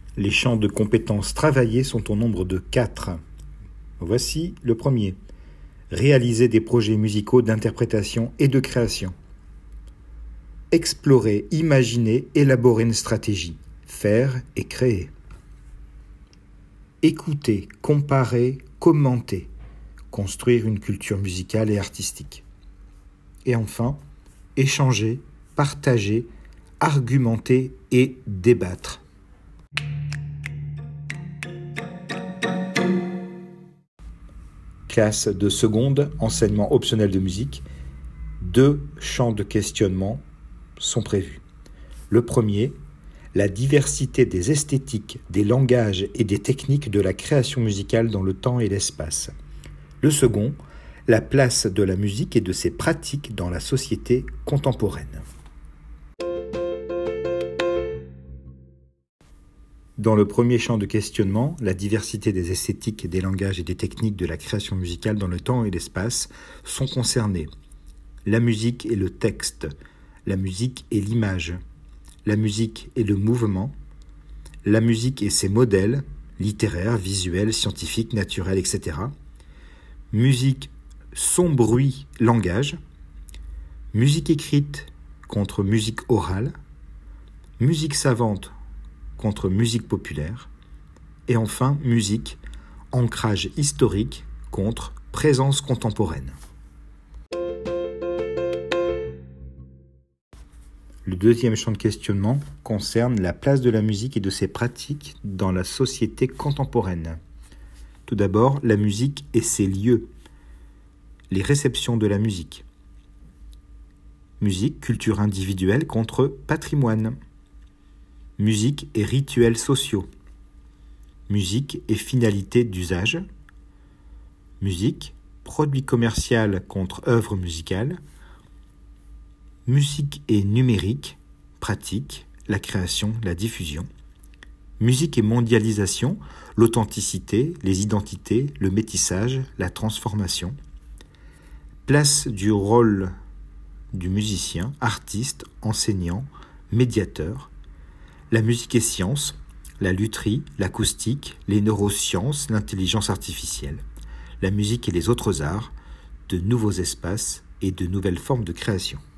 Les champs de compétences travaillés sont au nombre de 4. Voici le premier. Réaliser des projets musicaux d'interprétation et de création. Explorer, imaginer, élaborer une stratégie. Faire et créer. Écouter, comparer, commenter. Construire une culture musicale et artistique. Et enfin, échanger, partager, argumenter et débattre. Classe de seconde, enseignement optionnel de musique. 2 champs de questionnement sont prévus. Le premier, la diversité des esthétiques, des langages et des techniques de la création musicale dans le temps et l'espace. Le second, la place de la musique et de ses pratiques dans la société contemporaine. Dans le premier champ de questionnement, la diversité des esthétiques, des langages et des techniques de la création musicale dans le temps et l'espace sont concernés. La musique et le texte, la musique et l'image, la musique et le mouvement, la musique et ses modèles, littéraires, visuels, scientifiques, naturels, etc. Musique, son bruit, langage, musique écrite contre musique orale, musique savante contre musique populaire, et enfin musique, ancrage historique contre présence contemporaine. Le deuxième champ de questionnement concerne la place de la musique et de ses pratiques dans la société contemporaine. Tout d'abord, la musique et ses lieux, les réceptions de la musique. Musique, culture individuelle contre patrimoine. Musique et rituels sociaux. Musique et finalité d'usage. Musique, produit commercial contre œuvre musicale. Musique et numérique, pratique, la création, la diffusion. Musique et mondialisation, l'authenticité, les identités, le métissage, la transformation. Place du rôle du musicien, artiste, enseignant, médiateur. La musique et science, la lutherie, l'acoustique, les neurosciences, l'intelligence artificielle. La musique et les autres arts, de nouveaux espaces et de nouvelles formes de création.